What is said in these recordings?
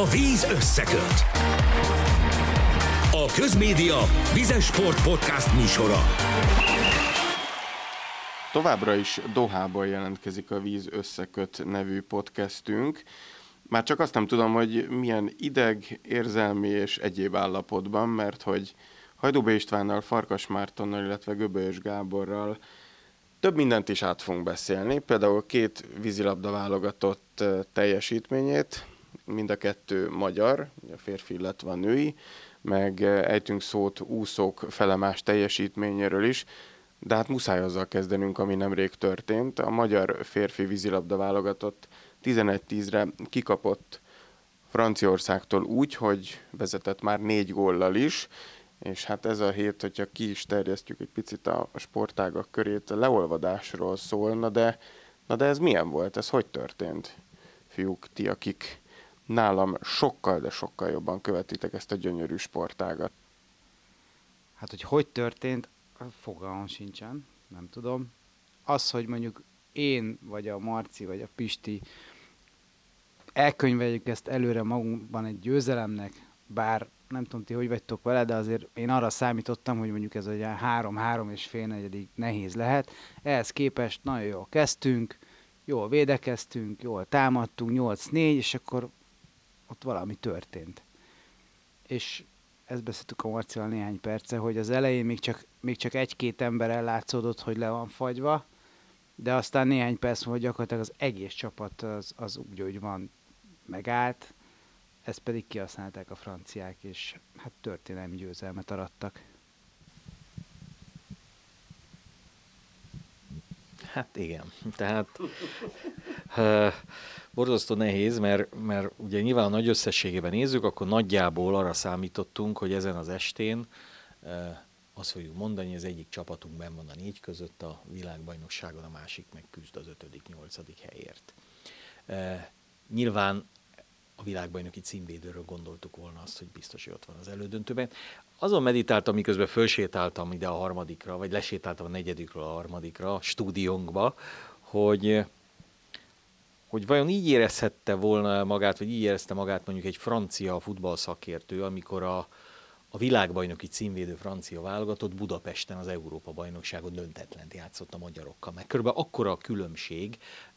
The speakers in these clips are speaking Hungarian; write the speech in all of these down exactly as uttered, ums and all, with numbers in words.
A víz összeköt. A Közmédia Vizes Sport Podcast műsora. Továbbra is Dohában jelentkezik a Víz összeköt nevű podcastünk. Már csak azt nem tudom, hogy milyen ideg, érzelmi és egyéb állapotban, mert hogy Hajdúbé Istvánnal, Farkas Mártonnal, illetve Göbölyös Gáborral több mindent is át fogunk beszélni. Például két vízilabda válogatott teljesítményét, mind a kettő magyar, a férfi, illetve a női, meg ejtünk szót úszók felemás teljesítményéről is, de hát muszáj azzal kezdenünk, ami nemrég történt. A magyar férfi vízilabda válogatott tizenegy tízre kikapott Franciaországtól úgy, hogy vezetett már négy góllal is, és hát ez a hét, hogyha ki is terjesztjük egy picit a sportágak körét, a leolvadásról szólna, de, na de ez milyen volt? Ez hogy történt? Fiúk, ti, akik nálam sokkal, de sokkal jobban követitek ezt a gyönyörű sportágat. Hát, hogy hogy történt, fogalmam sincsen, nem tudom. Az, hogy mondjuk én, vagy a Marci, vagy a Pisti elkönyveljük ezt előre magunkban egy győzelemnek, bár nem tudom, ti hogy vagytok vele, de azért én arra számítottam, hogy mondjuk ez olyan három-három és fél negyedik nehéz lehet. Ehhez képest nagyon jól kezdtünk, jól védekeztünk, jól támadtunk, nyolc négy, és akkor ott valami történt. És ezt beszéltük a Marcival néhány perce, hogy az elején még csak, még csak egy-két ember ellátszódott, hogy le van fagyva, de aztán néhány perc múlva gyakorlatilag az egész csapat az, az úgy, hogy van, megállt, ezt pedig kihasználták a franciák, és hát történelmi győzelmet arattak. Hát igen, tehát uh, borzasztó nehéz, mert, mert ugye nyilván a nagy összességében nézzük, akkor nagyjából arra számítottunk, hogy ezen az estén uh, azt fogjuk mondani, hogy az egyik csapatunk benn van a négy között, a világbajnokságon, a másik meg küzd az ötödik-nyolcadik helyért. Uh, nyilván a világbajnoki címvédőről gondoltuk volna azt, hogy biztos, hogy ott van az elődöntőben. Azon meditáltam, miközben fölsétáltam ide a harmadikra, vagy lesétáltam a negyedikről a harmadikra, a stúdiónkba, hogy, hogy vajon így érezhette volna magát, vagy így érezte magát mondjuk egy francia futballszakértő, amikor a, a világbajnoki címvédő francia válogatott Budapesten az Európa-bajnokságon döntetlent játszott a magyarokkal. Meg körülbelül akkora a különbség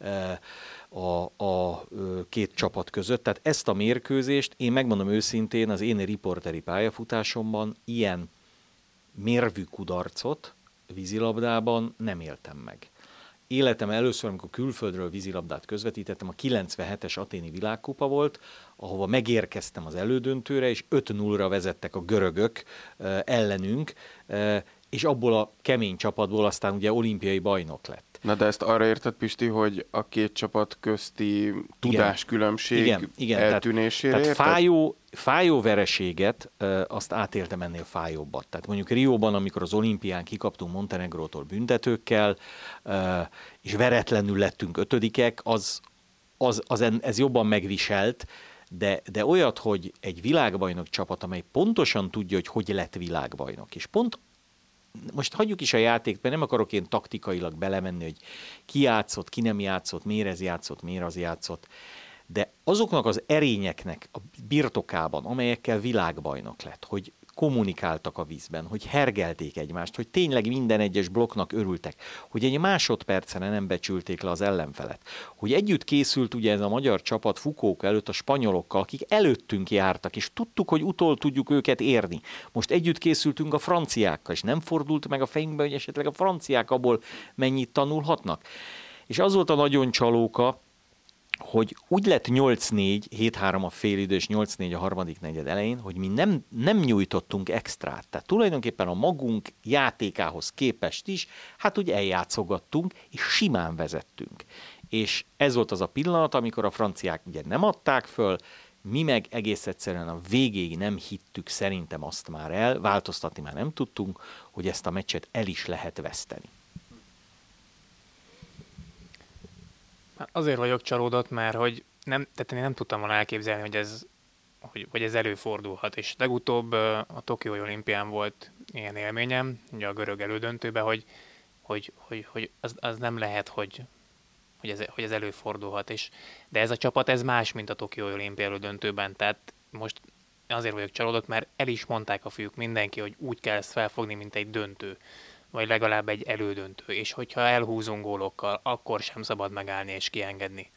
a, a két csapat között. Tehát ezt a mérkőzést én megmondom őszintén, az én riporteri pályafutásomban ilyen mérvű kudarcot vízilabdában nem éltem meg. Életem először, amikor külföldről vízilabdát közvetítettem, a kilencvenhetes aténi világkupa volt, ahova megérkeztem az elődöntőre, és öt nullra vezettek a görögök ellenünk, és abból a kemény csapatból aztán ugye olimpiai bajnok lett. Na de ezt arra érted, Pisti, hogy a két csapat közti tudáskülönbség igen, igen, eltűnésére tehát, érted? tehát fájó, fájó vereséget, azt átéltem ennél fájóbbat. Tehát mondjuk Rióban, amikor az olimpián kikaptunk Montenegrótól büntetőkkel, és veretlenül lettünk ötödikek, az, az, az ez jobban megviselt, de, de olyat, hogy egy világbajnok csapat, amely pontosan tudja, hogy hogy lett világbajnok, és pont most hagyjuk is a játékt, mert nem akarok én taktikailag belemenni, hogy ki játszott, ki nem játszott, miért ez játszott, miért az játszott, de azoknak az erényeknek a birtokában, amelyekkel világbajnok lett, hogy kommunikáltak a vízben, hogy hergelték egymást, hogy tényleg minden egyes blokknak örültek, hogy egy másodpercen nem becsülték le az ellenfelet, hogy együtt készült ugye ez a magyar csapat Fukuoka előtt a spanyolokkal, akik előttünk jártak, és tudtuk, hogy utol tudjuk őket érni. Most együtt készültünk a franciákkal, és nem fordult meg a fejünkbe, hogy esetleg a franciák abból mennyit tanulhatnak. És az volt a nagyon csalóka, hogy úgy lett nyolc négy, hét három a félidő és nyolc négy a harmadik negyed elején, hogy mi nem, nem nyújtottunk extrát. Tehát tulajdonképpen a magunk játékához képest is, hát úgy eljátszogattunk, és simán vezettünk. És ez volt az a pillanat, amikor a franciák ugye nem adták föl, mi meg egész egyszerűen a végéig nem hittük szerintem azt már el, változtatni már nem tudtunk, hogy ezt a meccset el is lehet veszteni. Azért vagyok csalódott, mert hogy nem, tehát én nem tudtam volna elképzelni, hogy ez, hogy, hogy ez előfordulhat. És legutóbb a Tokiói olimpián volt ilyen élményem, ugye a görög elődöntőben, hogy, hogy, hogy, hogy az, az nem lehet, hogy hogy ez, hogy ez előfordulhat. És, de ez a csapat, ez más, mint a Tokiói Olimpia döntőben. Tehát most azért vagyok csalódott, mert el is mondták a fiúk mindenki, hogy úgy kell ezt felfogni, mint egy döntő, vagy legalább egy elődöntő. És hogyha elhúzunk gólokkal, akkor sem szabad megállni és kiengedni.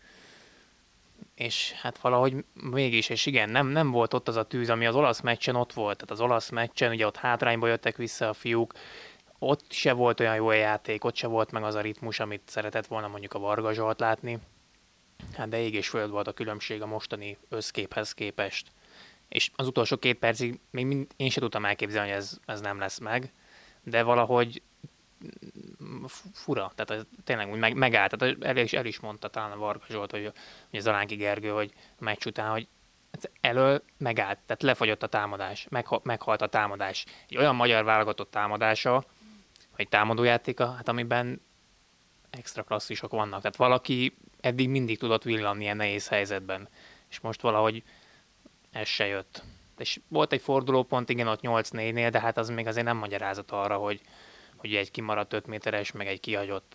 És hát valahogy mégis, és igen, nem, nem volt ott az a tűz, ami az olasz meccsen ott volt. Tehát az olasz meccsen, ugye ott hátrányba jöttek vissza a fiúk, ott se volt olyan jó a játék, ott se volt meg az a ritmus, amit szeretett volna mondjuk a Varga Zsolt látni. Hát de ég és föld volt a különbség a mostani összképhez képest. És az utolsó két percig még mind, én sem tudtam elképzelni, hogy ez, ez nem lesz meg, de valahogy fura, tehát tényleg úgy meg, megállt, tehát el is, el is mondta talán a Varga Zsolt, vagy, vagy az Alánki Gergő, hogy a meccs után, hogy elől megállt, tehát lefagyott a támadás, megha, meghalt a támadás. Egy olyan magyar válogatott támadása, vagy támadójátéka, hát amiben extra klasszisok vannak. Tehát valaki eddig mindig tudott villanni ilyen nehéz helyzetben, és most valahogy ez se jött. És volt egy fordulópont, igen, ott nyolc négynél, de hát az még azért nem magyarázat arra, hogy, hogy egy kimaradt öt méteres, meg egy kihagyott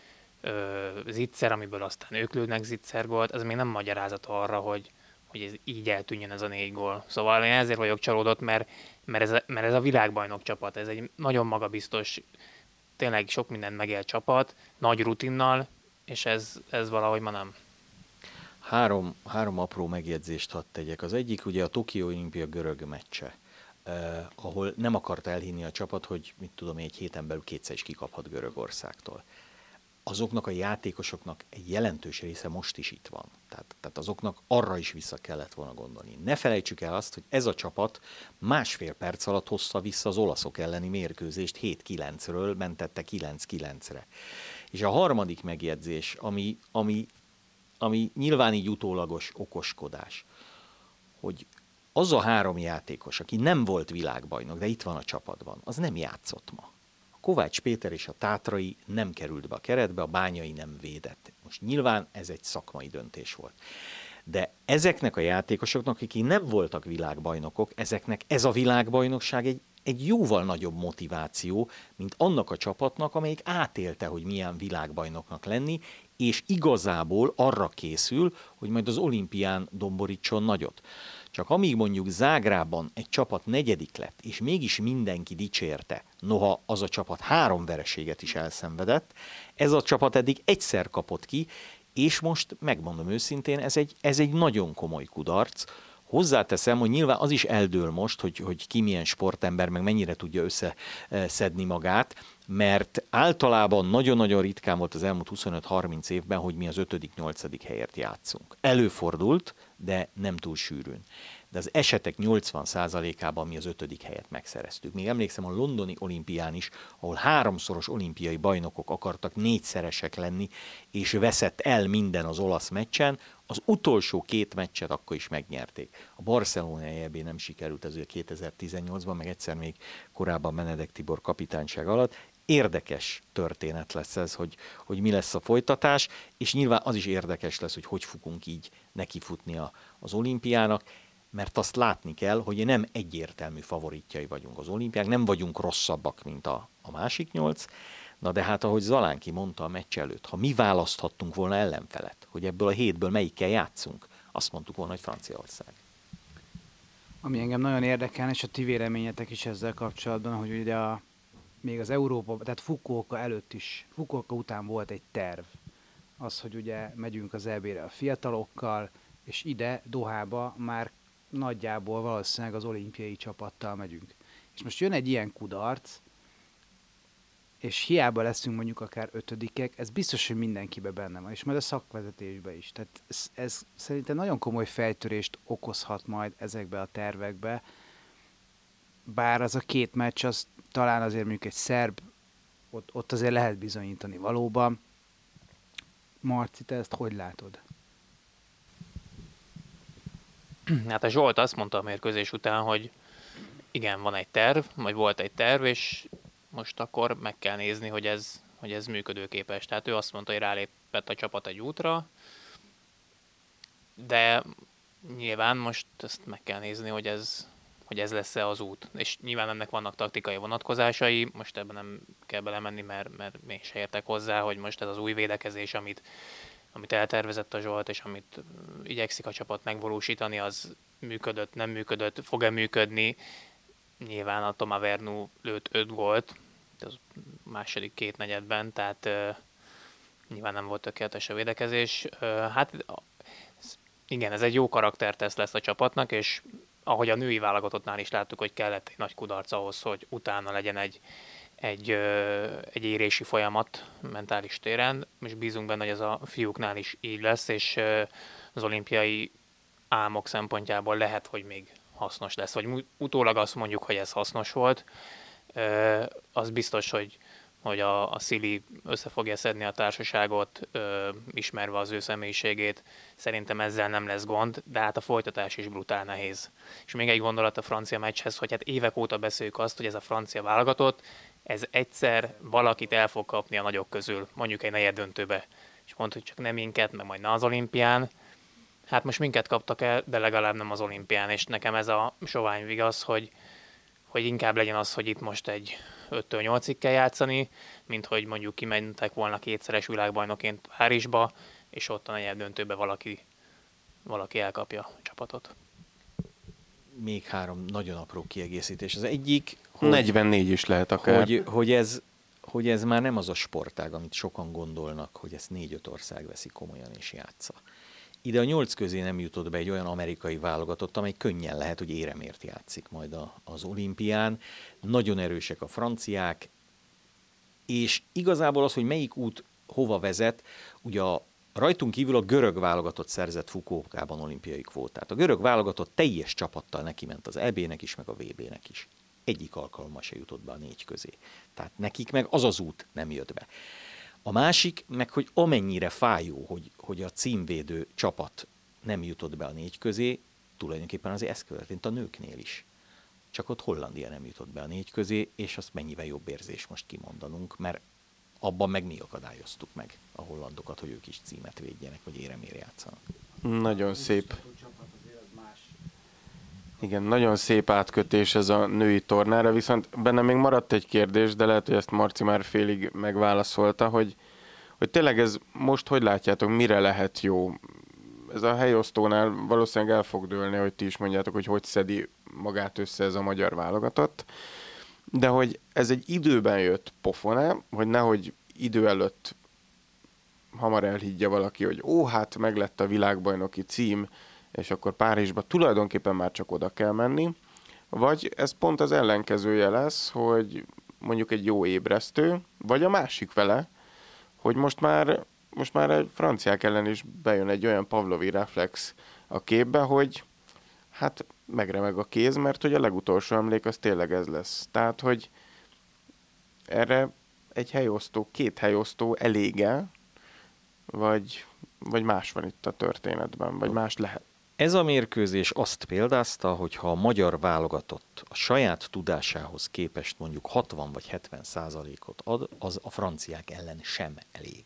ö, zicser, amiből aztán ők lőnek zicsergolt, az még nem magyarázat arra, hogy, hogy ez így eltűnjön ez a négy gól. Szóval én ezért vagyok csalódott, mert, mert, ez, a, mert ez a világbajnok csapat, ez egy nagyon magabiztos, tényleg sok mindent megél csapat, nagy rutinnal, és ez, ez valahogy ma nem. Három, három apró megjegyzést hadd tegyek. Az egyik ugye a Tokió Olimpia görög meccse, eh, ahol nem akart elhinni a csapat, hogy mit tudom, egy héten belül kétszer is kikaphat Görögországtól. Azoknak a játékosoknak egy jelentős része most is itt van. Tehát, tehát azoknak arra is vissza kellett volna gondolni. Ne felejtsük el azt, hogy ez a csapat másfél perc alatt hozta vissza az olaszok elleni mérkőzést hét kilencről, mentette kilenc kilencre. És a harmadik megjegyzés, ami, ami, ami nyilván így utólagos okoskodás, hogy az a három játékos, aki nem volt világbajnok, de itt van a csapatban, az nem játszott ma. Kovács Péter és a Tátrai nem került be a keretbe, a Bányai nem védett. Most nyilván ez egy szakmai döntés volt. De ezeknek a játékosoknak, akik nem voltak világbajnokok, ezeknek ez a világbajnokság egy, egy jóval nagyobb motiváció, mint annak a csapatnak, amelyik átélte, hogy milyen világbajnoknak lenni, és igazából arra készül, hogy majd az olimpián domborítson nagyot. Csak amíg mondjuk Zágrában egy csapat negyedik lett, és mégis mindenki dicsérte, noha az a csapat három vereséget is elszenvedett, ez a csapat eddig egyszer kapott ki, és most megmondom őszintén, ez egy, ez egy nagyon komoly kudarc. Hozzáteszem, hogy nyilván az is eldől most, hogy, hogy ki milyen sportember, meg mennyire tudja összeszedni magát, mert általában nagyon-nagyon ritkán volt az elmúlt huszonöt-harminc évben, hogy mi az ötödik-nyolcadik helyért játszunk. Előfordult, de nem túl sűrűn. De az esetek nyolcvan százalékában mi az ötödik helyet megszereztük. Még emlékszem a londoni olimpián is, ahol háromszoros olimpiai bajnokok akartak négyszeresek lenni, és veszett el minden az olasz meccsen, az utolsó két meccset akkor is megnyerték. A barcelonai é bé nem sikerült ez kétezer-tizennyolcban, meg egyszer még korábban Benedek Tibor kapitányság alatt. Érdekes történet lesz ez, hogy, hogy mi lesz a folytatás, és nyilván az is érdekes lesz, hogy hogy fogunk így nekifutni a, az olimpiának, mert azt látni kell, hogy nem egyértelmű favoritjai vagyunk az olimpiák, nem vagyunk rosszabbak, mint a, a másik nyolc, na de hát ahogy Zalánki mondta a meccs előtt, ha mi választhattunk volna ellenfelet, hogy ebből a hétből melyikkel játszunk, azt mondtuk volna, hogy Franciaország. Ami engem nagyon érdekel, és a ti véleményetek is ezzel kapcsolatban, hogy ugye a, még az Európa, tehát Fukuoka előtt is, Fukuoka után volt egy terv. Az, hogy ugye megyünk az é bére a fiatalokkal, és ide, Dohába már nagyjából valószínűleg az olimpiai csapattal megyünk. És most jön egy ilyen kudarc, és hiába leszünk mondjuk akár ötödikek, ez biztos, hogy mindenkibe benne van, és majd a szakvezetésbe is. Tehát ez, ez szerintem nagyon komoly fejtörést okozhat majd ezekbe a tervekbe, bár az a két meccs, az talán azért mondjuk egy szerb, ott, ott azért lehet bizonyítani valóban. Marci, te ezt hogy látod? Hát a Zsolt azt mondta a mérkőzés után, hogy igen, van egy terv, vagy volt egy terv, és most akkor meg kell nézni, hogy ez, hogy ez működőképes. Tehát ő azt mondta, hogy rálépett a csapat egy útra, de nyilván most ezt meg kell nézni, hogy ez, hogy ez lesz-e az út. És nyilván ennek vannak taktikai vonatkozásai, most ebben nem kell belemenni, mert, mert én se értek hozzá, hogy most ez az új védekezés, amit amit eltervezett a Zsolt, és amit igyekszik a csapat megvalósítani, az működött, nem működött, fog-e működni. Nyilván a Toma Vernu lőtt öt gólt, az második két negyedben, tehát uh, nyilván nem volt tökéletes a védekezés. Uh, hát igen, ez egy jó karakterteszt lesz a csapatnak, és ahogy a női válogatottnál is láttuk, hogy kellett egy nagy kudarc ahhoz, hogy utána legyen egy, egy, egy érési folyamat mentális téren. Most bízunk benne, hogy ez a fiúknál is így lesz, és az olimpiai álmok szempontjából lehet, hogy még hasznos lesz. Vagy utólag azt mondjuk, hogy ez hasznos volt. Az biztos, hogy hogy a, a Szili össze fogja szedni a társaságot, ö, ismerve az ő személyiségét. Szerintem ezzel nem lesz gond, de hát a folytatás is brutál nehéz. És még egy gondolat a francia meccshez, hogy hát évek óta beszéljük azt, hogy ez a francia válogatott, ez egyszer valakit el fog kapni a nagyok közül, mondjuk egy negyeddöntőbe. És mondta, hogy csak nem minket, meg majd ne az olimpián. Hát most minket kaptak el, de legalább nem az olimpián, és nekem ez a sovány vigasz, hogy hogy inkább legyen az, hogy itt most egy öttől nyolcig kell játszani, mint hogy mondjuk kimentek volna kétszeres világbajnoként Párizsba, és ott a negyed döntőbe valaki, valaki elkapja a csapatot. Még három nagyon apró kiegészítés. Az egyik, hogy, negyvennégy is lehet akár. Hogy, hogy, ez, hogy ez már nem az a sportág, amit sokan gondolnak, hogy ezt négy-öt ország veszi komolyan és játsza. Ide a nyolc közé nem jutott be egy olyan amerikai válogatott, amely könnyen lehet, hogy éremért játszik majd a, az olimpián. Nagyon erősek a franciák, és igazából az, hogy melyik út hova vezet, ugye a rajtunk kívül a görög válogatott szerzett Fukuokában olimpiai kvótát. A görög válogatott teljes csapattal nekiment az é bé-nek is, meg a vé bé-nek is. Egyik alkalommal se jutott be a négy közé. Tehát nekik meg az az út nem jött be. A másik, meg hogy amennyire fájó, hogy, hogy a címvédő csapat nem jutott be a négy közé, tulajdonképpen azért ez követint a nőknél is. Csak ott Hollandia nem jutott be a négy közé, és azt mennyivel jobb érzés most kimondanunk, mert abban meg mi akadályoztuk meg a hollandokat, hogy ők is címet védjenek, vagy éremért játszanak. Nagyon szép. Igen, nagyon szép átkötés ez a női tornára, viszont benne még maradt egy kérdés, de lehet, hogy ezt Marci már félig megválaszolta, hogy, hogy tényleg ez most hogy látjátok, mire lehet jó? Ez a helyosztónál valószínűleg el fog dőlni, hogy ti is mondjátok, hogy hogy szedi magát össze ez a magyar válogatott, de hogy ez egy időben jött pofon-e, hogy nehogy idő előtt hamar elhiggye valaki, hogy ó, hát meglett a világbajnoki cím, és akkor Párizsba tulajdonképpen már csak oda kell menni, vagy ez pont az ellenkezője lesz, hogy mondjuk egy jó ébresztő, vagy a másik vele, hogy most már, most már egy franciák ellen is bejön egy olyan pavlovi reflex a képbe, hogy hát megremeg a kéz, mert hogy a legutolsó emlék az tényleg ez lesz. Tehát, hogy erre egy helyosztó, két helyosztó elége, vagy, vagy más van itt a történetben, vagy más lehet. Ez a mérkőzés azt példázta, hogy ha a magyar válogatott a saját tudásához képest mondjuk hatvan vagy hetven százalékot ad, az a franciák ellen sem elég.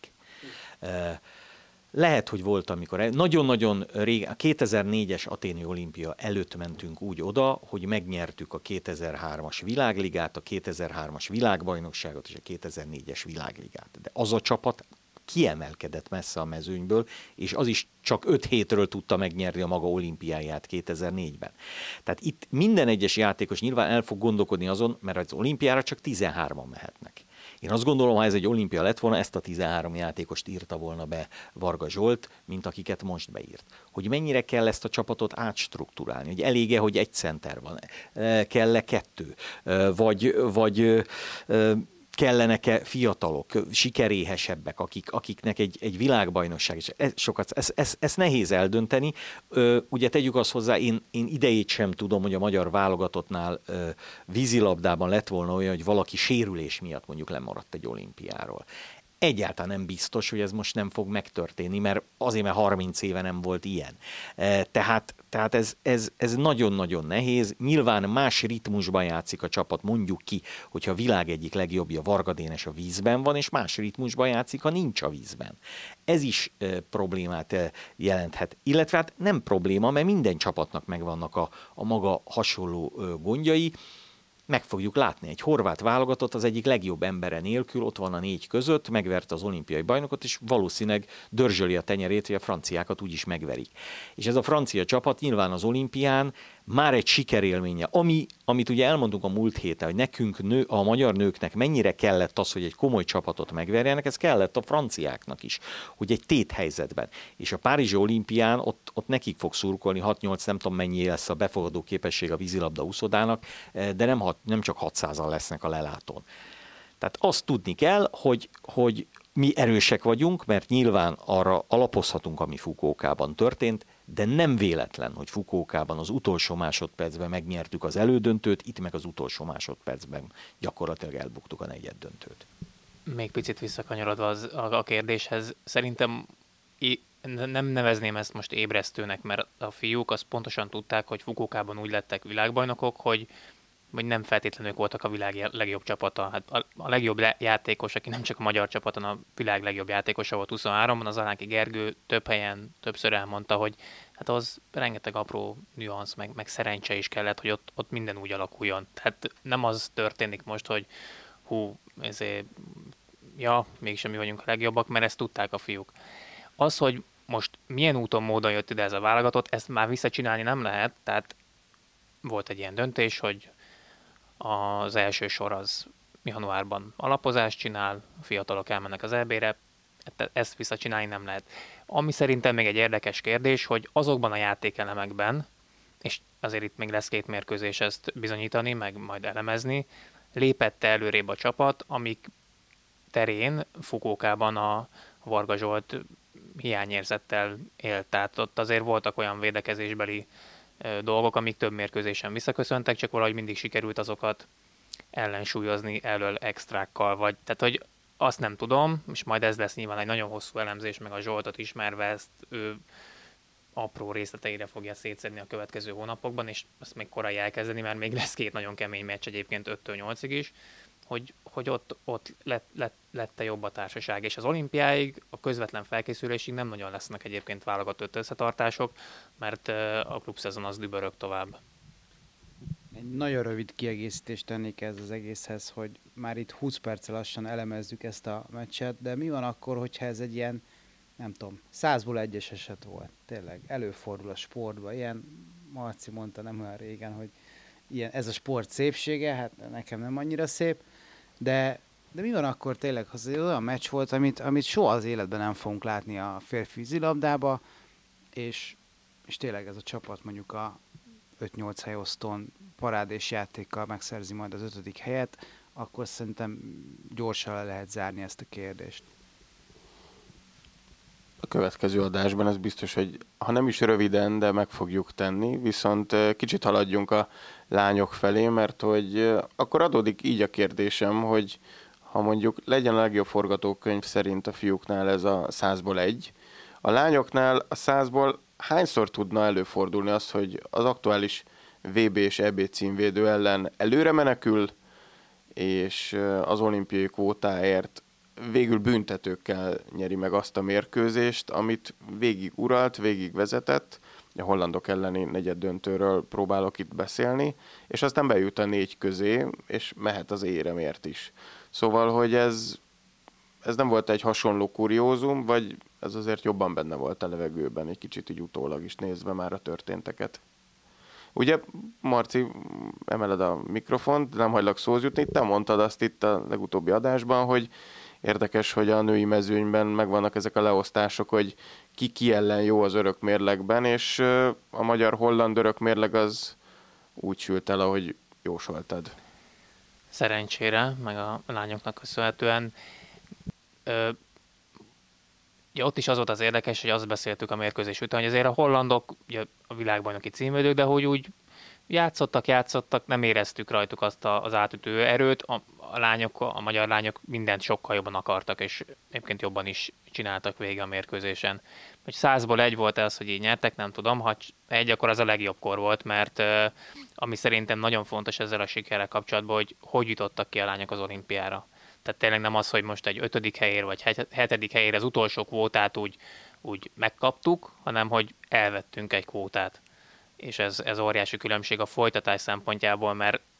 Lehet, hogy volt, amikor nagyon-nagyon régen, a kétezer-négyes Athéni olimpia előtt mentünk úgy oda, hogy megnyertük a kétezer-hármas világligát, a kétezer-hármas világbajnokságot és a kétezer-négyes világligát. De az a csapat kiemelkedett messze a mezőnyből, és az is csak öt hétről tudta megnyerni a maga olimpiáját kétezer-négyben. Tehát itt minden egyes játékos nyilván el fog gondolkodni azon, mert az olimpiára csak tizenhárman mehetnek. Én azt gondolom, ha ez egy olimpia lett volna, ezt a tizenhárom játékost írta volna be Varga Zsolt, mint akiket most beírt. Hogy mennyire kell ezt a csapatot átstruktúrálni, hogy elége, hogy egy center van, kell-e kettő, vagy, vagy kellenek-e fiatalok, sikeréhesebbek, akik, akiknek egy, egy világbajnokság, és ez, sokat, ez, ez, ez nehéz eldönteni. Ö, ugye tegyük azt hozzá, én, én idejét sem tudom, hogy a magyar válogatottnál ö, vízilabdában lett volna olyan, hogy valaki sérülés miatt mondjuk lemaradt egy olimpiáról. Egyáltalán nem biztos, hogy ez most nem fog megtörténni, mert azért, mert harminc éve nem volt ilyen. Tehát, tehát ez, ez, ez nagyon-nagyon nehéz. Nyilván más ritmusban játszik a csapat, mondjuk ki, hogyha a világ egyik legjobbja Varga Dénes a vízben van, és más ritmusban játszik, ha nincs a vízben. Ez is e, problémát e, jelenthet. Illetve hát nem probléma, mert minden csapatnak megvannak a, a maga hasonló e, gondjai. meg fogjuk látni. Egy horvát válogatott az egyik legjobb embere nélkül, ott van a négy között, megverte az olimpiai bajnokot, és valószínűleg dörzsöli a tenyerét, hogy a franciákat úgyis megverik. És ez a francia csapat nyilván az olimpián már egy sikerélménye, ami, amit ugye elmondunk a múlt héten, hogy nekünk, nő, a magyar nőknek mennyire kellett az, hogy egy komoly csapatot megverjenek, ez kellett a franciáknak is, hogy egy téthelyzetben. És a párizsi olimpián ott, ott nekik fog szurkolni, hat-nyolc, nem tudom mennyi lesz a befogadó képesség a vízilabda úszodának, de nem, hat, nem csak hatszázan lesznek a lelátón. Tehát azt tudni kell, hogy, hogy mi erősek vagyunk, mert nyilván arra alapozhatunk, ami Fukuokában történt, de nem véletlen, hogy Fukuokában az utolsó másodpercben megnyertük az elődöntőt, itt meg az utolsó másodpercben gyakorlatilag elbuktuk a negyeddöntőt. Még picit visszakanyarodva az, a, a kérdéshez, szerintem i, nem nevezném ezt most ébresztőnek, mert a fiúk azt pontosan tudták, hogy Fukuokában úgy lettek világbajnokok, hogy vagy nem feltétlenül voltak a világ legjobb csapata. Hát a, a legjobb le- játékos, aki nem csak a magyar csapaton, a világ legjobb játékosa volt huszonháromban, az Alánki Gergő több helyen, többször elmondta, hogy hát az rengeteg apró nüansz, meg, meg szerencse is kellett, hogy ott, ott minden úgy alakuljon. Tehát nem az történik most, hogy hú, ezért, ja, mégsem mi vagyunk a legjobbak, mert ezt tudták a fiúk. Az, hogy most milyen úton, módon jött ide ez a válogatott, ezt már visszacsinálni nem lehet, tehát volt egy ilyen döntés, hogy az első sor az januárban alapozást csinál, a fiatalok elmennek az é bé-re, ezt visszacsinálni nem lehet. Ami szerintem még egy érdekes kérdés, hogy azokban a játékelemekben, és azért itt még lesz két mérkőzés ezt bizonyítani, meg majd elemezni, lépette előrébb a csapat, amik terén Fukuokában a Varga Zsolt hiányérzettel élt. Tehát ott azért voltak olyan védekezésbeli dolgok, amik több mérkőzésen visszaköszöntek, csak valahogy mindig sikerült azokat ellensúlyozni elől extrákkal, vagy tehát, hogy azt nem tudom, és majd ez lesz nyilván egy nagyon hosszú elemzés, meg a Zsoltot ismerve ezt ő apró részleteire fogja szétszedni a következő hónapokban, és azt még korai elkezdeni, mert még lesz két nagyon kemény meccs egyébként öttől nyolcig is, hogy, hogy ott, ott lett, lett, lett jobb a társaság, és az olimpiáig, a közvetlen felkészülésig nem nagyon lesznek egyébként válogatott összetartások, mert a klubszezon az dübörög tovább. Egy nagyon rövid kiegészítést tennék ez az egészhez, hogy már itt húsz perccel lassan elemezzük ezt a meccset, de mi van akkor, hogyha ez egy ilyen, nem tudom, százból egyes eset volt. Tényleg előfordul a sportban. Ilyen Marci mondta nem olyan régen, hogy ilyen, ez a sport szépsége, hát nekem nem annyira szép, de, de mi van akkor tényleg, hogy ez olyan meccs volt, amit, amit soha az életben nem fogunk látni a férfi vízilabdába, és, és tényleg ez a csapat mondjuk a öt-nyolc helyosztón parádés játékkal megszerzi majd az ötödik helyet, akkor szerintem gyorsan le lehet zárni ezt a kérdést. A következő adásban ez biztos, hogy ha nem is röviden, de meg fogjuk tenni, viszont kicsit haladjunk a lányok felé, mert hogy akkor adódik így a kérdésem, hogy ha mondjuk legyen a legjobb forgatókönyv szerint a fiúknál ez a százból egy, a lányoknál a százból hányszor tudna előfordulni az, hogy az aktuális vé bé és é bé címvédő ellen előre menekül, és az olimpiai kvótáért végül büntetőkkel nyeri meg azt a mérkőzést, amit végig uralt, végig vezetett, a hollandok elleni negyeddöntőről próbálok itt beszélni, és aztán bejut a négy közé, és mehet az éremért is. Szóval, hogy ez, ez nem volt egy hasonló kuriózum, vagy ez azért jobban benne volt a levegőben, egy kicsit így utólag is nézve már a történteket. Ugye, Marci, emeled a mikrofont, nem hagylak szóhoz jutni, te mondtad azt itt a legutóbbi adásban, hogy érdekes, hogy a női mezőnyben megvannak ezek a leosztások, hogy ki ki ellen jó az örök mérlegben, és a magyar-holland örök mérleg az úgy sült el, ahogy jósoltad. Szerencsére, meg a lányoknak köszönhetően. Ö, ja, ott is az volt az érdekes, hogy azt beszéltük a mérkőzés után, hogy azért a hollandok ugye, a világbajnoki címvédők, de hogy úgy játszottak, játszottak, nem éreztük rajtuk azt a, az átütő erőt. A, a lányok, a magyar lányok mindent sokkal jobban akartak, és egyébként jobban is csináltak végig a mérkőzésen. Hogy százból egy volt az, hogy így nyertek, nem tudom, ha egy, akkor az a legjobb kor volt, mert uh, ami szerintem nagyon fontos ezzel a sikerrel kapcsolatban, hogy hogy jutottak ki a lányok az olimpiára. Tehát tényleg nem az, hogy most egy ötödik helyér vagy hetedik helyér az utolsó kvótát úgy, úgy megkaptuk, hanem hogy elvettünk egy kvótát. És ez, ez óriási különbség a folytatás szempontjából, mert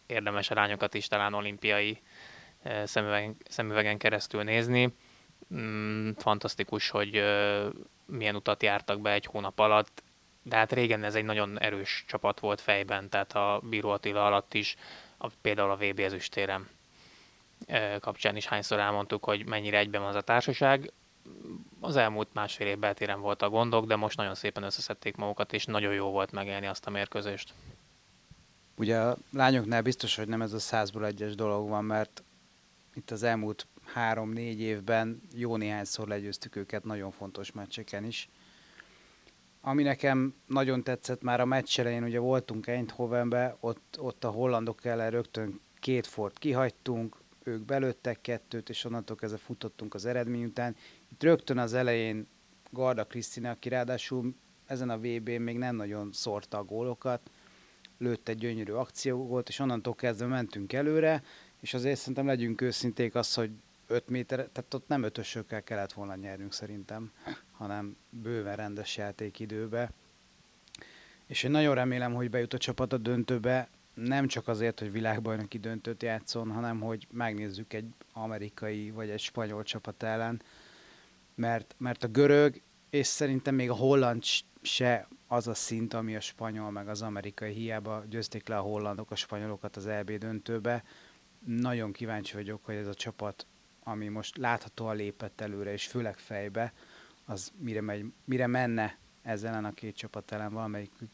érdemes a lányokat is talán olimpiai szemüvegen, szemüvegen keresztül nézni. Mm, fantasztikus, hogy milyen utat jártak be egy hónap alatt, de hát régen ez egy nagyon erős csapat volt fejben, tehát a Bíró Attila alatt is, a, például a vé bé ezüstérem kapcsán is hányszor elmondtuk, hogy mennyire egyben van az a társaság. Az elmúlt másfél év beltéren volt a gondok, de most nagyon szépen összeszedték magukat, és nagyon jó volt megélni azt a mérkőzést. Ugye a lányoknál biztos, hogy nem ez a százból egyes dolog van, mert itt az elmúlt három-négy évben jó néhányszor legyőztük őket nagyon fontos meccseken is. Ami nekem nagyon tetszett már a meccs elején, ugye voltunk Eindhovenben, ott, ott a hollandok ellen rögtön két fort kihagytunk, ők belőttek kettőt, és onnantól kezdve futottunk az eredmény után. Itt rögtön az elején Garda Krisztina, aki ráadásul ezen a vé bén még nem nagyon szórta a gólokat, lőtt egy gyönyörű akció volt, és onnantól kezdve mentünk előre, és azért szerintem legyünk őszinték az, hogy öt méter, tehát ott nem ötösökkel kellett volna nyernünk szerintem, hanem bőven rendes játékidőbe. És én nagyon remélem, hogy bejut a csapat a döntőbe, nem csak azért, hogy világbajnoki döntőt játszon, hanem hogy megnézzük egy amerikai vagy egy spanyol csapat ellen, mert, mert a görög, és szerintem még a holland se az a szint, ami a spanyol meg az amerikai, hiába győzték le a hollandok a spanyolokat az é bé döntőbe. Nagyon kíváncsi vagyok, hogy ez a csapat, ami most láthatóan lépett előre, és főleg fejbe, az mire, megy, mire menne ezzel ellen a két csapat ellen valamelyikük.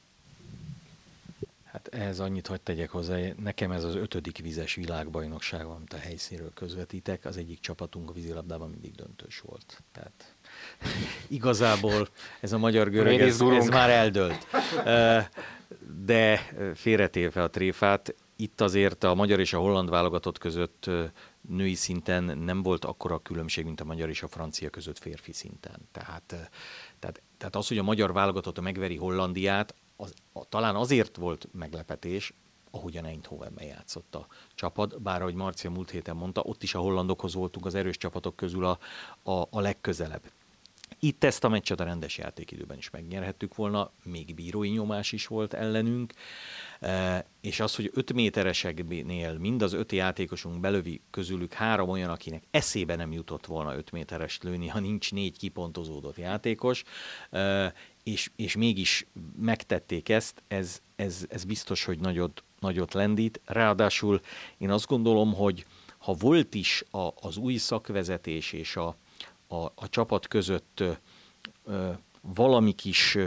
Hát ehhez annyit hadd tegyek hozzá, nekem ez az ötödik vizes világbajnokság, amit a helyszínről közvetítek, az egyik csapatunk a vízilabdában mindig döntős volt. Tehát igazából ez a magyar-görög, ez, ez már eldőlt. De félretéve a tréfát, itt azért a magyar és a holland válogatott között női szinten nem volt akkora különbség, mint a magyar és a francia között férfi szinten. Tehát, tehát, tehát az, hogy a magyar válogatott megveri Hollandiát, az, a, talán azért volt meglepetés, ahogyan Eindhovenben játszott a csapat, bár ahogy Marcia múlt héten mondta, ott is a hollandokhoz voltunk az erős csapatok közül a, a, a legközelebb. Itt ezt a meccset a rendes játékidőben is megnyerhettük volna, még bírói nyomás is volt ellenünk, e, és az, hogy öt métereseknél mind az öt játékosunk belövi, közülük három olyan, akinek eszébe nem jutott volna öt méterest lőni, ha nincs négy kipontozódott játékos, e, és, és mégis megtették ezt, ez, ez, ez biztos, hogy nagyot, nagyot lendít. Ráadásul én azt gondolom, hogy ha volt is a, az új szakvezetés és a A, a csapat között ö, ö, valami kis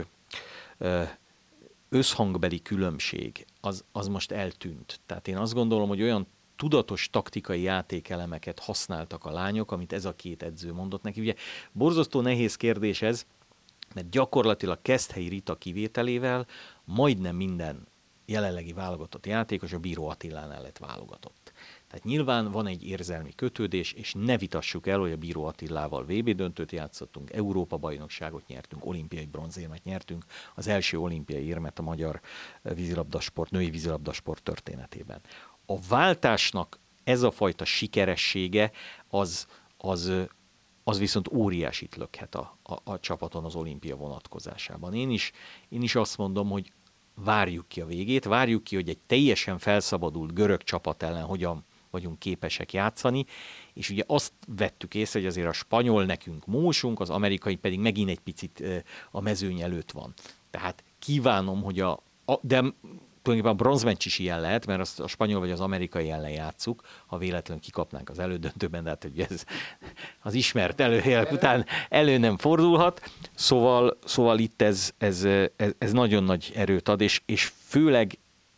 ö, összhangbeli különbség, az, az most eltűnt. Tehát én azt gondolom, hogy olyan tudatos taktikai játékelemeket használtak a lányok, amit ez a két edző mondott neki. Ugye borzasztó nehéz kérdés ez, mert gyakorlatilag Keszthelyi Rita kivételével majdnem minden jelenlegi válogatott játékos a Bíró Attilánál lett válogatott. Tehát nyilván van egy érzelmi kötődés, és ne vitassuk el, hogy a Bíró Attilával vé bé döntőt játszottunk, Európa-bajnokságot nyertünk, olimpiai bronzérmet nyertünk, az első olimpiai érmet a magyar vízilabdasport, női vízilabdasport történetében. A váltásnak ez a fajta sikeressége, az, az, az viszont óriásit lökhet a, a, a csapaton az olimpia vonatkozásában. Én is, én is azt mondom, hogy várjuk ki a végét, várjuk ki, hogy egy teljesen felszabadult görög csapat ellen hogyan vagyunk képesek játszani, és ugye azt vettük észre, hogy azért a spanyol nekünk mósunk, az amerikai pedig megint egy picit a mezőny előtt van. Tehát kívánom, hogy a, a de tulajdonképpen a bronzmeccs is ilyen lehet, mert azt a spanyol vagy az amerikai ellen játsszuk, ha véletlenül kikapnánk az elődöntőben, de hát hogy ez az ismert előjelek után elő nem fordulhat. Szóval, szóval itt ez, ez, ez, ez nagyon nagy erőt ad, és, és főleg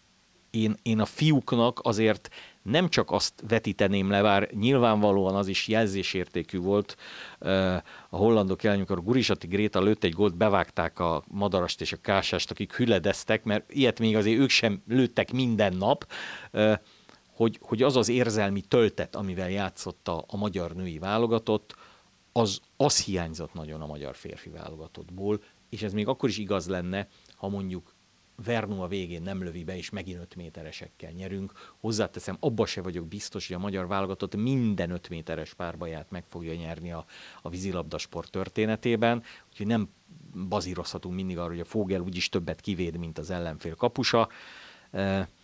én, én a fiúknak azért nem csak azt vetíteném le, bár nyilvánvalóan az is jelzésértékű volt a hollandok ellen, amikor Gurisati Gréta lőtt egy gólt, bevágták a Madarast és a Kásást, akik hüledeztek, mert ilyet még azért ők sem lőttek minden nap, hogy, hogy az az érzelmi töltet, amivel játszott a, a magyar női válogatott, az, az hiányzott nagyon a magyar férfi válogatottból, és ez még akkor is igaz lenne, ha mondjuk Vernu a végén nem lövi be, és megint öt méteresekkel nyerünk. Hozzáteszem, abba se vagyok biztos, hogy a magyar válogatott minden öt méteres párbaját meg fogja nyerni a, a vízilabdasport történetében, úgyhogy nem bazírozhatunk mindig arra, hogy a Fogel úgyis többet kivéd, mint az ellenfél kapusa.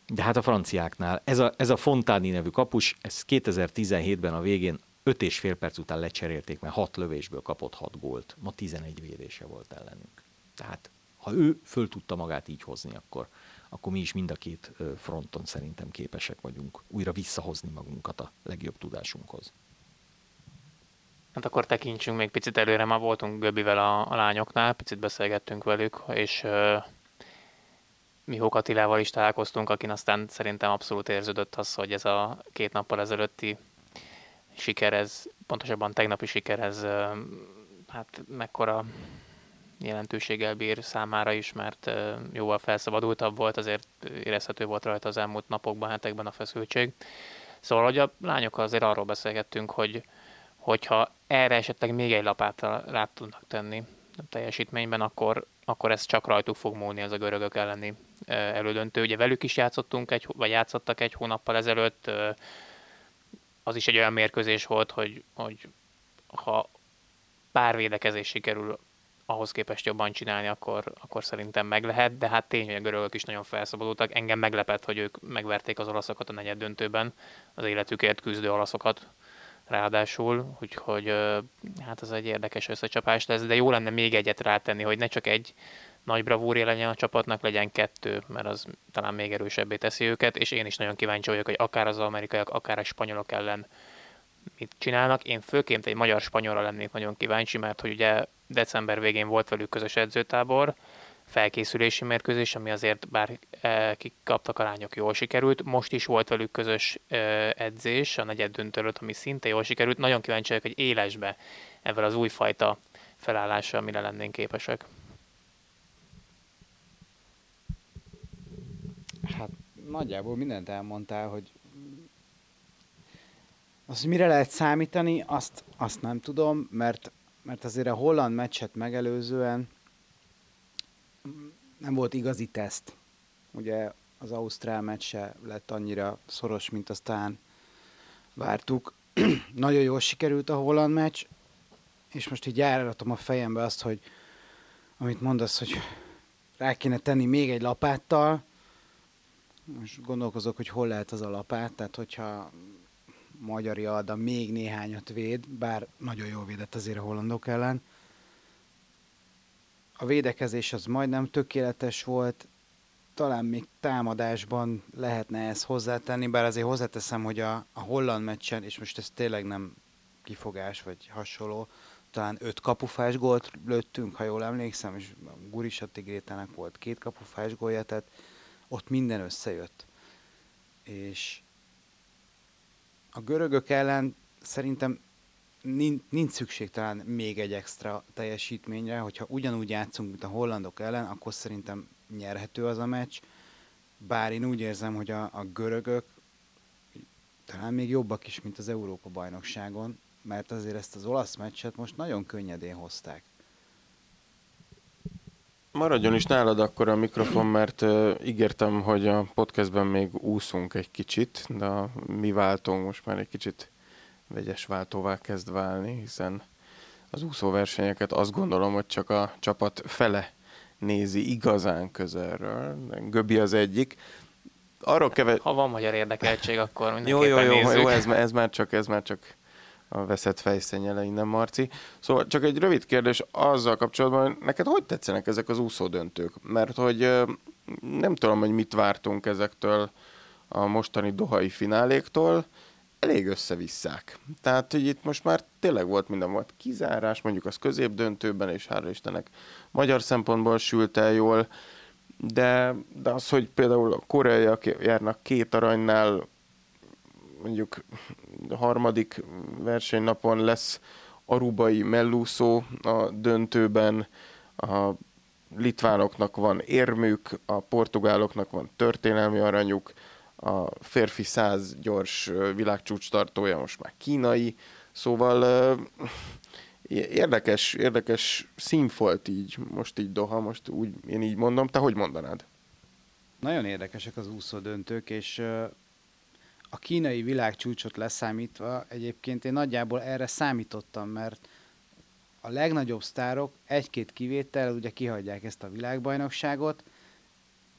De hát a franciáknál, ez a, ez a Fontani nevű kapus, ez kétezer-tizenhétben a végén öt és fél perc után lecserélték, mert hat lövésből kapott hat gólt. Ma tizenegy védése volt ellenünk. Tehát ha ő föl tudta magát így hozni, akkor, akkor mi is mind a két fronton szerintem képesek vagyunk újra visszahozni magunkat a legjobb tudásunkhoz. Hát akkor tekintsünk még picit előre, már voltunk Göbivel a, a lányoknál, picit beszélgettünk velük, és uh, Mihók Attilával is találkoztunk, akin aztán szerintem abszolút érződött az, hogy ez a két nappal ezelőtti siker, ez, pontosabban tegnapi siker, ez uh, hát mekkora jelentőséggel bír számára is, mert uh, jóval felszabadultabb volt, azért érezhető volt rajta az elmúlt napokban, hetekben a feszültség. Szóval, hogy a lányok azért arról beszélgettünk, hogy hogyha erre esetleg még egy lapáttal rá tudnak tenni a teljesítményben, akkor, akkor ez csak rajtuk fog múlni, ez a görögök elleni elődöntő. Ugye velük is játszottunk, egy, vagy játszottak egy hónappal ezelőtt, az is egy olyan mérkőzés volt, hogy, hogy ha pár védekezés sikerül ahhoz képest jobban csinálni, akkor, akkor szerintem meg lehet, de hát tény, hogy a görögök is nagyon felszabadultak. Engem meglepett, hogy ők megverték az olaszokat a negyed döntőben, az életükért küzdő olaszokat ráadásul, úgyhogy hát ez egy érdekes összecsapás lesz, de jó lenne még egyet rátenni, hogy ne csak egy nagy bravúrja legyen a csapatnak, legyen kettő, mert az talán még erősebbé teszi őket, és én is nagyon kíváncsi vagyok, hogy akár az amerikaiak, akár a spanyolok ellen mit csinálnak. Én főként egy magyar-spanyolra lennék nagyon kíváncsi, mert hogy ugye december végén volt velük közös edzőtábor, felkészülési mérkőzés, ami azért bár e, kikaptak a lányok, jól sikerült. Most is volt velük közös e, edzés a negyed döntő előtt, ami szinte jól sikerült. Nagyon kíváncsi vagyok, hogy élesbe ezzel az újfajta felállással mire lennénk képesek. Hát nagyjából mindent elmondtál, hogy az, hogy mire lehet számítani, azt, azt nem tudom, mert, mert azért a holland meccset megelőzően nem volt igazi teszt. Ugye az ausztrál meccs se lett annyira szoros, mint aztán vártuk. Nagyon jól sikerült a holland meccs, és most így járatom a fejembe azt, hogy amit mondasz, hogy rá kéne tenni még egy lapáttal. Most gondolkozok, hogy hol lehet az a lapát, tehát hogyha Magyari Alda még néhányat véd, bár nagyon jól védett azért a hollandok ellen. A védekezés az majdnem tökéletes volt, talán még támadásban lehetne ezt hozzátenni, bár azért hozzáteszem, hogy a, a holland meccsen, és most ez tényleg nem kifogás vagy hasonló, talán öt kapufás gólt lőttünk, ha jól emlékszem, és Gurisa Tigrétának volt két kapufás gólja, tehát ott minden összejött. És a görögök ellen szerintem nincs, nincs szükség talán még egy extra teljesítményre, hogyha ugyanúgy játszunk, mint a hollandok ellen, akkor szerintem nyerhető az a meccs. Bár én úgy érzem, hogy a, a görögök talán még jobbak is, mint az Európa-bajnokságon, mert azért ezt az olasz meccset most nagyon könnyedén hozták. Maradjon is nálad akkor a mikrofon, mert uh, ígértem, hogy a podcastben még úszunk egy kicsit, de a mi váltónk most már egy kicsit vegyes váltóvá kezd válni, hiszen az úszóversenyeket azt gondolom, hogy csak a csapat fele nézi igazán közelről. Göbi az egyik. Arról keve... Ha van magyar érdekeltség, akkor jó, mindenképpen jó, jó, nézzük. jó, ez, ez már csak, ez már csak a veszett fejszennyele innen, Marci. Szóval csak egy rövid kérdés azzal kapcsolatban, hogy neked hogy tetszenek ezek az úszódöntők? Mert hogy nem tudom, hogy mit vártunk ezektől a mostani dohai fináléktól, elég összevisszák. Tehát, hogy itt most már tényleg volt minden, volt kizárás, mondjuk az középdöntőben, és hála Istennek magyar szempontból sült el jól, de, de az, hogy például a koreaiak járnak két aranynál, mondjuk a harmadik versenynapon lesz arubai mellúszó a döntőben, a litvánoknak van érmük, a portugáloknak van történelmi aranyuk, a férfi száz gyors világcsúcs tartója most már kínai, szóval érdekes, érdekes színfolt így, most így Doha, most úgy, én így mondom, te hogy mondanád? Nagyon érdekesek az úszódöntők, és a kínai világcsúcsot leszámítva egyébként én nagyjából erre számítottam, mert a legnagyobb sztárok egy-két kivétel ugye kihagyják ezt a világbajnokságot,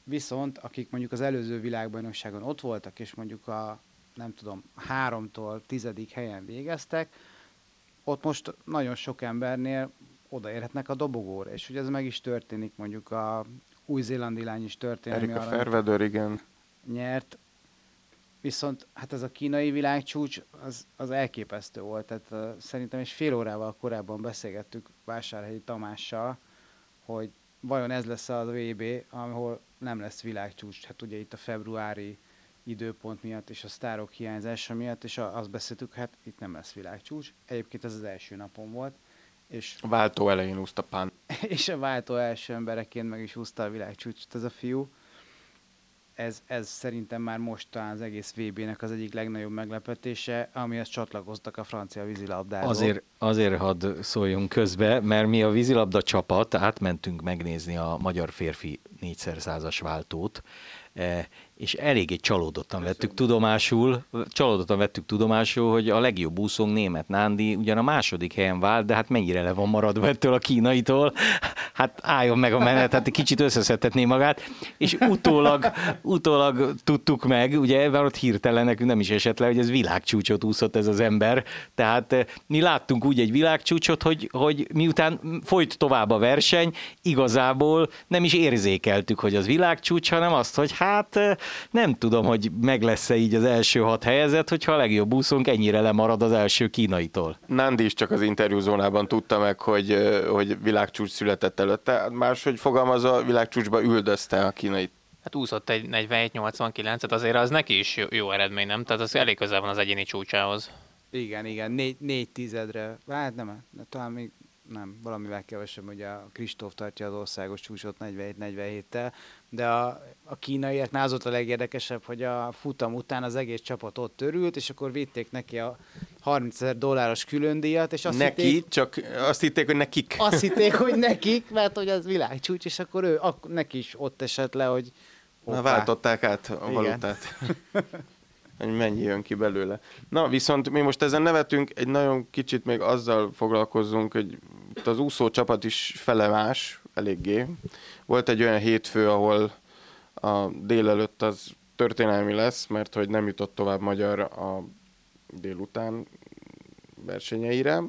Viszont akik mondjuk az előző világbajnokságon ott voltak, és mondjuk a nem tudom, háromtól tizedik helyen végeztek, ott most nagyon sok embernél odaérhetnek a dobogóra, és ugye ez meg is történik, mondjuk a új-zélandi lány is történik. Erika Fervedör, igen. Nyert, viszont hát ez a kínai világcsúcs az, az elképesztő volt, tehát uh, szerintem és fél órával korábban beszélgettük Vásárhelyi Tamással, hogy vajon ez lesz a vé bé, ahol nem lesz világcsúcs, hát ugye itt a februári időpont miatt és a sztárok hiányzása miatt, és azt beszéltük, hát itt nem lesz világcsúcs. Egyébként ez az első napon volt. És a váltó elején úszta Pán. És a váltó első embereként meg is húzta a világcsúcsot ez a fiú. Ez, ez szerintem már most talán az egész vé bének az egyik legnagyobb meglepetése, amihez csatlakoztak a francia vízilabdázók. Azért, azért hadd szóljunk közbe, mert mi a vízilabda csapat átmentünk megnézni a magyar férfi négyszerszázas váltót, és eléggé csalódottan vettük tudomásul, csalódottan vettük tudomásul, hogy a legjobb úszónk Németh Nándi ugyan a második helyen vált, de hát mennyire le van maradva ettől a kínaitól, hát álljon meg a menet, hát kicsit összeszedhetné magát, és utólag, utólag tudtuk meg, ugye, mert ott hirtelen nekünk nem is esett le, hogy ez világcsúcsot úszott ez az ember, tehát mi láttunk úgy egy világcsúcsot, hogy, hogy miután folyt tovább a verseny, igazából nem is érzékeltük, hogy az világcsúcs, hanem azt, hogy hát nem tudom, hogy meg lesz-e így az első hat helyezett, hogyha a legjobb úszónk ennyire lemarad az első kínaitól. Nándi is csak az interjúzónában tudta meg, hogy, hogy világcsúcs született előtte. Máshogy fogalmazva, világcsúcsba üldözte a kínait. Hát úszott egy negyvenhét nyolcvankilencet, azért az neki is jó, jó eredmény, nem? Tehát az elég közel van az egyéni csúcsához. Igen, igen, négy, négy tizedre, hát nem, talán még nem, valamivel kevesebb, ugye a Kristóf tartja az országos csúcsot negyvenhét negyvenhéttel, de a, a kínaiaknál az volt a legérdekesebb, hogy a futam után az egész csapat ott örült, és akkor vitték neki a harmincezer dolláros különdíjat, és azt neki, hitték, csak azt hitték, hogy nekik. Azt hitték, hogy nekik, mert hogy az világcsúcs, és akkor ő, akkor neki is ott esett le, hogy hoppá. Na, váltották át a valutát. Hogy mennyi jön ki belőle. Na, viszont mi most ezen nevetünk, egy nagyon kicsit még azzal foglalkozzunk, hogy az úszó csapat is fele más, eléggé. Volt egy olyan hétfő, ahol a délelőtt az történelmi lesz, mert hogy nem jutott tovább magyar a délután versenyeire,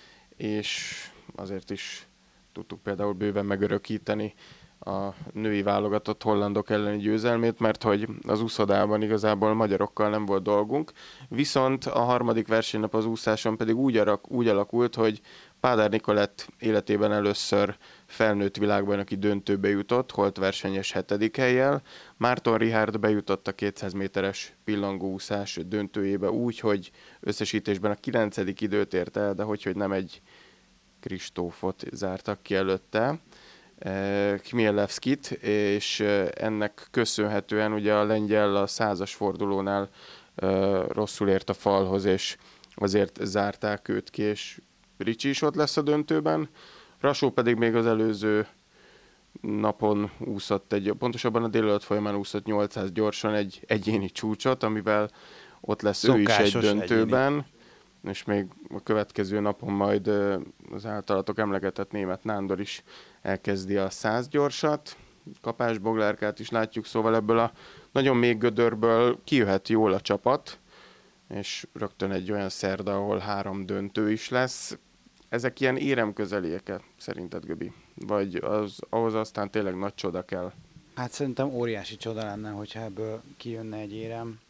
és azért is tudtuk például bőven megörökíteni a női válogatott hollandok elleni győzelmét, mert hogy az úszodában igazából magyarokkal nem volt dolgunk. Viszont a harmadik versenynap az úszáson pedig úgy, arak, úgy alakult, hogy Pádár Nikolett életében először felnőtt világbajnoki döntőbe jutott, holt versenyes hetedik hellyel. Márton Richard bejutott a kétszáz méteres pillangóúszás döntőjébe úgy, hogy összesítésben a kilencedik időt ért el, de hogy, hogy nem egy Kristófot zártak ki előtte. Khmielevskit, és ennek köszönhetően ugye a lengyel a százas fordulónál rosszul ért a falhoz, és azért zárták őt ki, és Ricsi is ott lesz a döntőben. Rasó pedig még az előző napon úszott egy, pontosabban a délelőtt folyamán úszott nyolcszáz gyorsan egy egyéni csúcsot, amivel ott lesz Szokásos ő is egy döntőben. Egyéni. És még a következő napon majd az általatok emlegetett Németh Nándor is elkezdi a száz gyorsat, Kapás Boglárkát is látjuk, szóval ebből a nagyon mély gödörből kijöhet jól a csapat, és rögtön egy olyan szerda, ahol három döntő is lesz. Ezek ilyen éremközeliek-e szerinted, Göbi? Vagy az, ahhoz aztán tényleg nagy csoda kell? Hát szerintem óriási csoda lenne, hogyha ebből kijönne egy érem.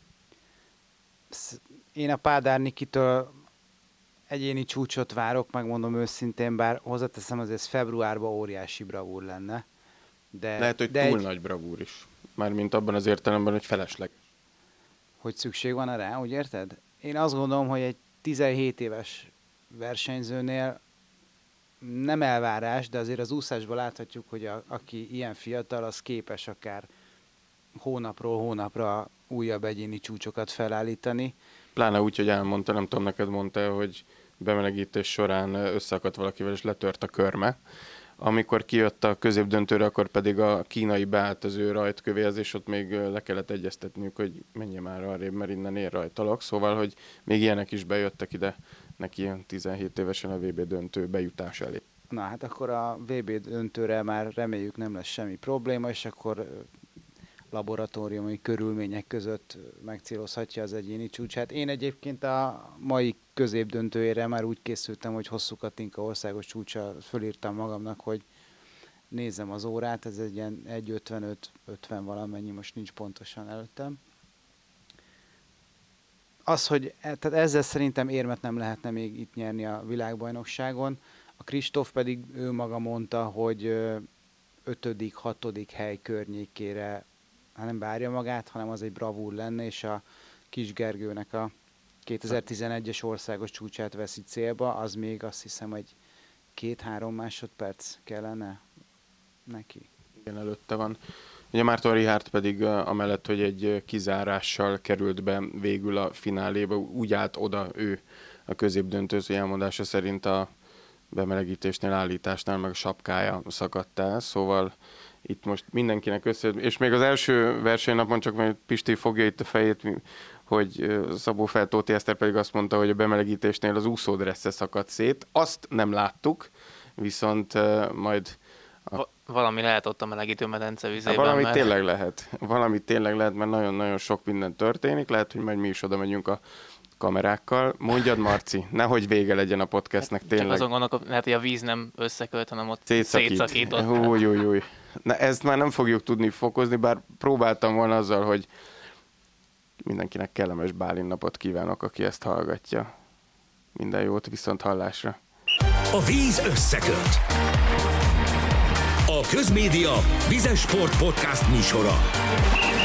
Én a Pádár Nikitől egyéni csúcsot várok, megmondom őszintén, bár hozzáteszem, azért februárban óriási bravúr lenne. De, Lehet, hogy de túl egy... nagy bravúr is. Mármint abban az értelemben, hogy felesleg. Hogy szükség van rá, úgy érted? Én azt gondolom, hogy egy tizenhét éves versenyzőnél nem elvárás, de azért az úszásban láthatjuk, hogy a, aki ilyen fiatal, az képes akár hónapról hónapra újabb egyéni csúcsokat felállítani. Pláne úgy, hogy elmondta, nem tudom, neked mondta, hogy bemelegítés során összeakadt valakivel, és letört a körme. Amikor kijött a középdöntőre, akkor pedig a kínai beállt az ő rajtkövéhez, és ott még le kellett egyeztetniük, hogy menjen már arrébb, mert innen ér rajtalak. Szóval, hogy még ilyenek is bejöttek ide neki tizenhét évesen a vé bé döntő bejutás elé. Na hát akkor a vé bé döntőre már reméljük nem lesz semmi probléma, és akkor laboratóriumi körülmények között megcélozhatja az egyéni csúcsát. Én egyébként a mai középdöntőjére már úgy készültem, hogy Hosszú Katinka országos csúcsa, fölírtam magamnak, hogy nézzem az órát, ez egy ilyen egy ötvenöt ötven valamennyi, most nincs pontosan előttem. Az, hogy tehát ezzel szerintem érmet nem lehetne még itt nyerni a világbajnokságon. A Kristóf pedig ő maga mondta, hogy ötödik, hatodik hely környékére hát nem várja magát, hanem az egy bravúr lenne, és a Kis Gergőnek a kétezer-tizenegyes országos csúcsát veszi célba, az még azt hiszem, hogy két-három másodperc kellene neki. Igen, előtte van. Ugye Márton Richárd pedig amellett, hogy egy kizárással került be végül a fináléba, úgy állt oda ő a középdöntőző elmondása szerint a bemelegítésnél, állításnál, meg a sapkája szakadt el, szóval itt most mindenkinek össze... És még az első versenynapon csak majd Pisti fogja itt a fejét, hogy Szabó Fel Tóti Eszter pedig azt mondta, hogy a bemelegítésnél az úszódressze szakadt szét. Azt nem láttuk, viszont majd... A... Valami lehet ott a melegítő medence vizében. Valami mert... tényleg lehet. Valami tényleg lehet, mert nagyon-nagyon sok minden történik. Lehet, hogy majd mi is oda megyünk a kamerákkal. Mondjad, Marci, nehogy vége legyen a podcastnek, tényleg. Csak azon gondolok, lehet, hogy a víz nem összekölt, hanem ott szétszakít. szétszakított. Új, új, új. Na, ezt már nem fogjuk tudni fokozni, bár próbáltam volna azzal, hogy mindenkinek kellemes Bálint napot kívánok, aki ezt hallgatja. Minden jót, viszont hallásra. A víz összeköt. A Közmédia Vizes Sport Podcast műsora.